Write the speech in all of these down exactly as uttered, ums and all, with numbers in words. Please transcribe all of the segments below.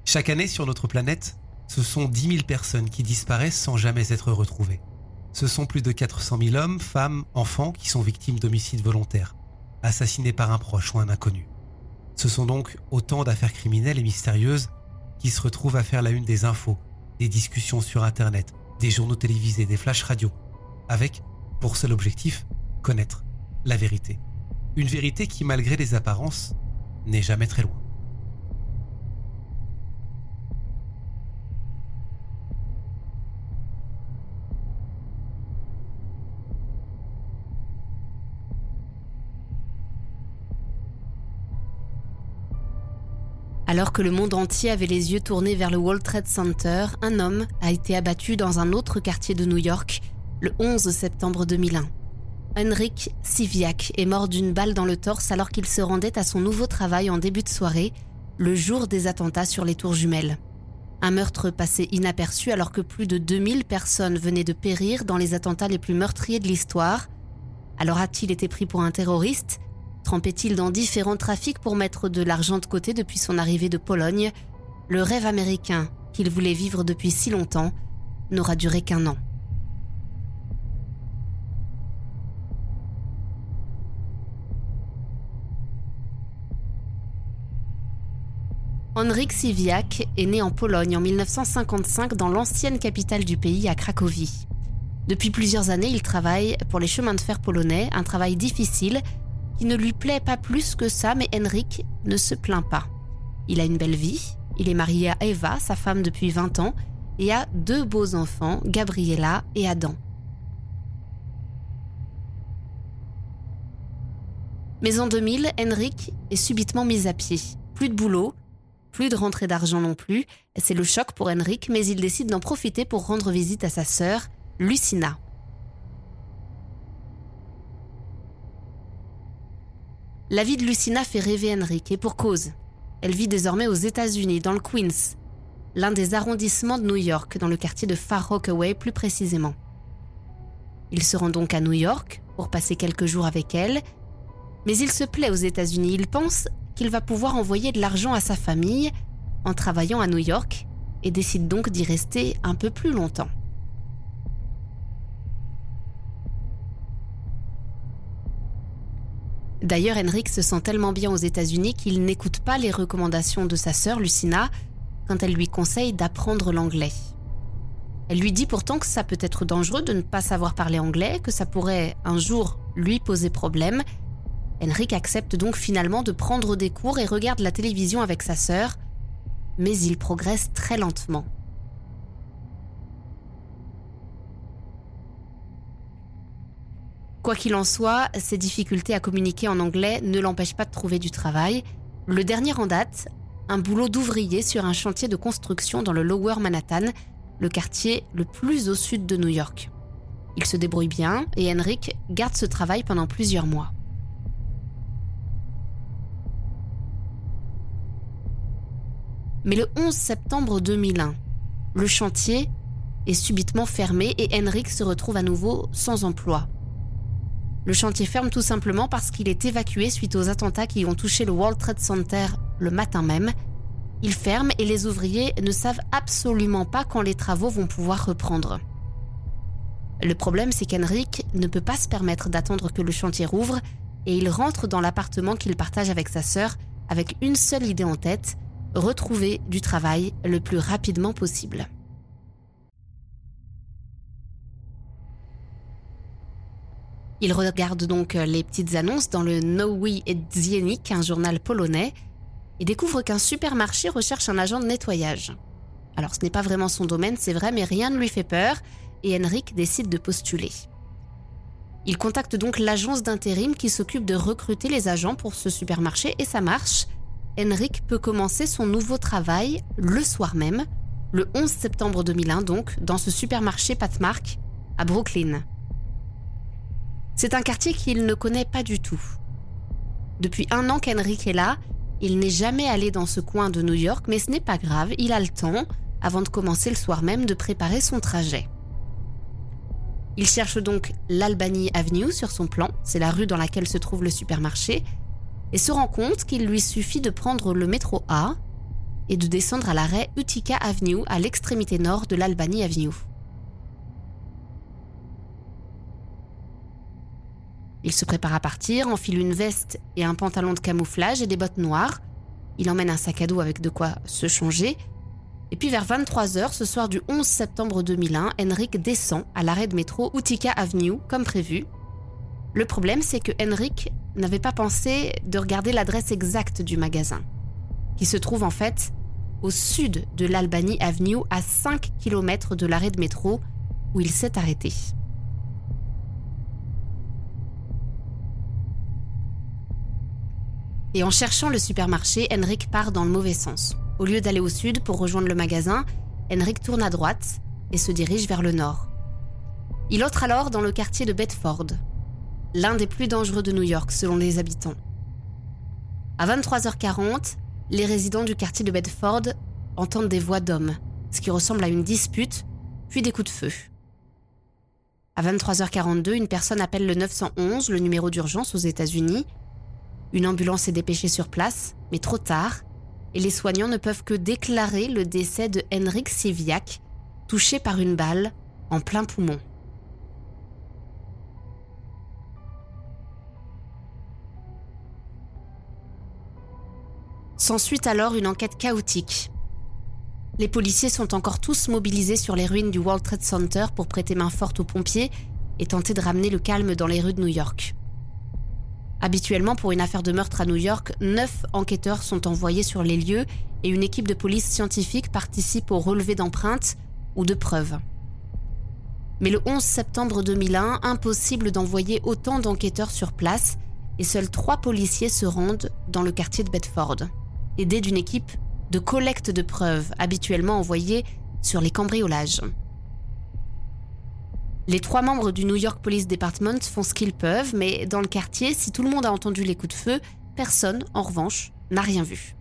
Chaque année sur notre planète, ce sont dix mille personnes qui disparaissent sans jamais être retrouvées. Ce sont plus de quatre cent mille hommes, femmes, enfants qui sont victimes d'homicides volontaires, assassinés par un proche ou un inconnu. Ce sont donc autant d'affaires criminelles et mystérieuses qui se retrouvent à faire la une des infos, des discussions sur Internet, des journaux télévisés, des flashs radio, avec, pour seul objectif, connaître la vérité. Une vérité qui, malgré les apparences, n'est jamais très loin. Alors que le monde entier avait les yeux tournés vers le World Trade Center, un homme a été abattu dans un autre quartier de New York le onze septembre deux mille un. Henryk Siwiak est mort d'une balle dans le torse alors qu'il se rendait à son nouveau travail en début de soirée, le jour des attentats sur les tours jumelles. Un meurtre passé inaperçu alors que plus de deux mille personnes venaient de périr dans les attentats les plus meurtriers de l'histoire. Alors a-t-il été pris pour un terroriste ? Trempait-il dans différents trafics pour mettre de l'argent de côté depuis son arrivée de Pologne ? Le rêve américain qu'il voulait vivre depuis si longtemps n'aura duré qu'un an. Henryk Siwiak est né en Pologne en mille neuf cent cinquante-cinq dans l'ancienne capitale du pays, à Cracovie. Depuis plusieurs années, il travaille pour les chemins de fer polonais, un travail difficile qui ne lui plaît pas plus que ça, mais Henryk ne se plaint pas. Il a une belle vie, il est marié à Eva, sa femme depuis vingt ans, et a deux beaux enfants, Gabriela et Adam. Mais en deux mille, Henryk est subitement mis à pied. Plus de boulot, plus de rentrée d'argent non plus. C'est le choc pour Henryk, mais il décide d'en profiter pour rendre visite à sa sœur, Lucina. La vie de Lucina fait rêver Henryk, et pour cause. Elle vit désormais aux États-Unis, dans le Queens, l'un des arrondissements de New York, dans le quartier de Far Rockaway plus précisément. Il se rend donc à New York pour passer quelques jours avec elle, mais il se plaît aux États-Unis. Il pense qu'il va pouvoir envoyer de l'argent à sa famille en travaillant à New York et décide donc d'y rester un peu plus longtemps. D'ailleurs, Henryk se sent tellement bien aux États-Unis qu'il n'écoute pas les recommandations de sa sœur Lucina quand elle lui conseille d'apprendre l'anglais. Elle lui dit pourtant que ça peut être dangereux de ne pas savoir parler anglais, que ça pourrait un jour lui poser problème. Henryk accepte donc finalement de prendre des cours et regarde la télévision avec sa sœur, mais il progresse très lentement. Quoi qu'il en soit, ses difficultés à communiquer en anglais ne l'empêchent pas de trouver du travail. Le dernier en date, un boulot d'ouvrier sur un chantier de construction dans le Lower Manhattan, le quartier le plus au sud de New York. Il se débrouille bien et Henryk garde ce travail pendant plusieurs mois. Mais le onze septembre deux mille un, le chantier est subitement fermé et Henryk se retrouve à nouveau sans emploi. Le chantier ferme tout simplement parce qu'il est évacué suite aux attentats qui ont touché le World Trade Center le matin même. Il ferme et les ouvriers ne savent absolument pas quand les travaux vont pouvoir reprendre. Le problème, c'est qu'Henryk ne peut pas se permettre d'attendre que le chantier rouvre et il rentre dans l'appartement qu'il partage avec sa sœur avec une seule idée en tête, retrouver du travail le plus rapidement possible. Il regarde donc les petites annonces dans le Nowy Dziennik, un journal polonais, et découvre qu'un supermarché recherche un agent de nettoyage. Alors ce n'est pas vraiment son domaine, c'est vrai, mais rien ne lui fait peur, et Henryk décide de postuler. Il contacte donc l'agence d'intérim qui s'occupe de recruter les agents pour ce supermarché, et ça marche. Henryk peut commencer son nouveau travail le soir même, le onze septembre deux mille un donc, dans ce supermarché Pathmark à Brooklyn. C'est un quartier qu'il ne connaît pas du tout. Depuis un an qu'Henryk est là, il n'est jamais allé dans ce coin de New York, mais ce n'est pas grave, il a le temps, avant de commencer le soir même, de préparer son trajet. Il cherche donc l'Albany Avenue sur son plan, c'est la rue dans laquelle se trouve le supermarché, et se rend compte qu'il lui suffit de prendre le métro A et de descendre à l'arrêt Utica Avenue à l'extrémité nord de l'Albany Avenue. Il se prépare à partir, enfile une veste et un pantalon de camouflage et des bottes noires. Il emmène un sac à dos avec de quoi se changer. Et puis vers vingt-trois heures, ce soir du onze septembre deux mille un, Henrik descend à l'arrêt de métro Utica Avenue, comme prévu. Le problème, c'est que Henrik n'avait pas pensé de regarder l'adresse exacte du magasin, qui se trouve en fait au sud de l'Albany Avenue, à cinq kilomètres de l'arrêt de métro où il s'est arrêté. Et en cherchant le supermarché, Henrik part dans le mauvais sens. Au lieu d'aller au sud pour rejoindre le magasin, Henrik tourne à droite et se dirige vers le nord. Il entre alors dans le quartier de Bedford, l'un des plus dangereux de New York selon les habitants. À vingt-trois heures quarante, les résidents du quartier de Bedford entendent des voix d'hommes, ce qui ressemble à une dispute, puis des coups de feu. À vingt-trois heures quarante-deux, une personne appelle le neuf cent onze, le numéro d'urgence aux États-Unis. Une ambulance est dépêchée sur place, mais trop tard, et les soignants ne peuvent que déclarer le décès de Henrik Siwiak, touché par une balle en plein poumon. S'ensuit alors une enquête chaotique. Les policiers sont encore tous mobilisés sur les ruines du World Trade Center pour prêter main forte aux pompiers et tenter de ramener le calme dans les rues de New York. Habituellement, pour une affaire de meurtre à New York, neuf enquêteurs sont envoyés sur les lieux et une équipe de police scientifique participe au relevé d'empreintes ou de preuves. Mais le onze septembre deux mille un, impossible d'envoyer autant d'enquêteurs sur place et seuls trois policiers se rendent dans le quartier de Bedford, aidés d'une équipe de collecte de preuves habituellement envoyée sur les cambriolages. Les trois membres du New York Police Department font ce qu'ils peuvent, mais dans le quartier, si tout le monde a entendu les coups de feu, personne, en revanche, n'a rien vu.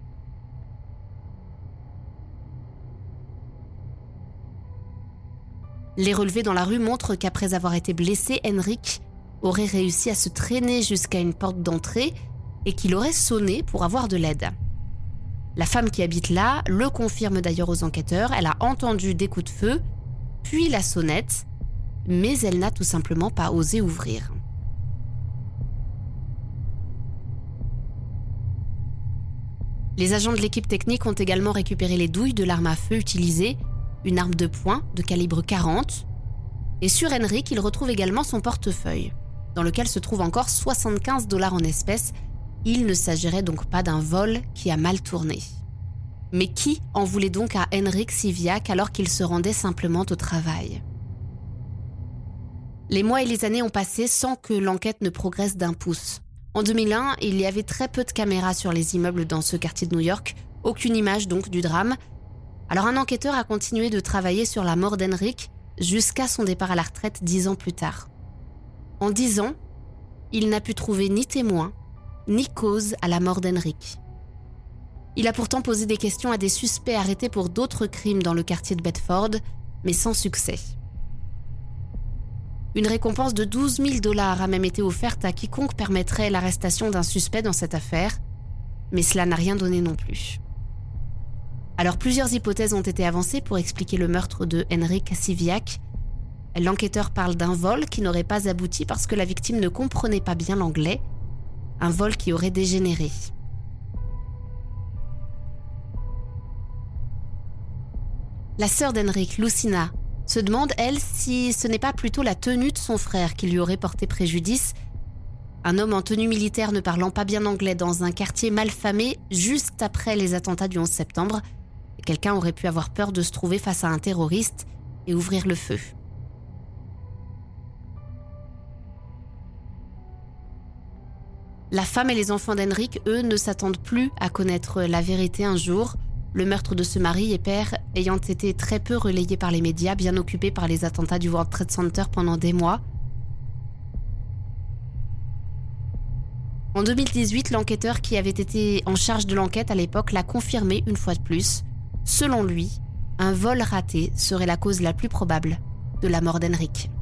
Les relevés dans la rue montrent qu'après avoir été blessé, Henrik aurait réussi à se traîner jusqu'à une porte d'entrée et qu'il aurait sonné pour avoir de l'aide. La femme qui habite là le confirme d'ailleurs aux enquêteurs, elle a entendu des coups de feu, puis la sonnette, mais elle n'a tout simplement pas osé ouvrir. Les agents de l'équipe technique ont également récupéré les douilles de l'arme à feu utilisée, une arme de poing de calibre quarante, et sur Henrik, ils retrouvent également son portefeuille, dans lequel se trouvent encore soixante-quinze dollars en espèces. Il ne s'agirait donc pas d'un vol qui a mal tourné. Mais qui en voulait donc à Henrik Siwiak alors qu'il se rendait simplement au travail ? Les mois et les années ont passé sans que l'enquête ne progresse d'un pouce. En deux mille un, il y avait très peu de caméras sur les immeubles dans ce quartier de New York, aucune image donc du drame. Alors un enquêteur a continué de travailler sur la mort d'Henrik jusqu'à son départ à la retraite dix ans plus tard. En dix ans, il n'a pu trouver ni témoin, ni cause à la mort d'Henrik. Il a pourtant posé des questions à des suspects arrêtés pour d'autres crimes dans le quartier de Bedford, mais sans succès. Une récompense de douze mille dollars a même été offerte à quiconque permettrait l'arrestation d'un suspect dans cette affaire, mais cela n'a rien donné non plus. Alors plusieurs hypothèses ont été avancées pour expliquer le meurtre de Henrik Siwiak. L'enquêteur parle d'un vol qui n'aurait pas abouti parce que la victime ne comprenait pas bien l'anglais, un vol qui aurait dégénéré. La sœur d'Henrik, Lucina, se demande, elle, si ce n'est pas plutôt la tenue de son frère qui lui aurait porté préjudice. Un homme en tenue militaire ne parlant pas bien anglais dans un quartier malfamé juste après les attentats du onze septembre. Quelqu'un aurait pu avoir peur de se trouver face à un terroriste et ouvrir le feu. La femme et les enfants d'Henrik, eux, ne s'attendent plus à connaître la vérité un jour. Le meurtre de ce mari et père ayant été très peu relayé par les médias, bien occupés par les attentats du World Trade Center pendant des mois. En deux mille dix-huit, l'enquêteur qui avait été en charge de l'enquête à l'époque l'a confirmé une fois de plus. Selon lui, un vol raté serait la cause la plus probable de la mort d'Henrik.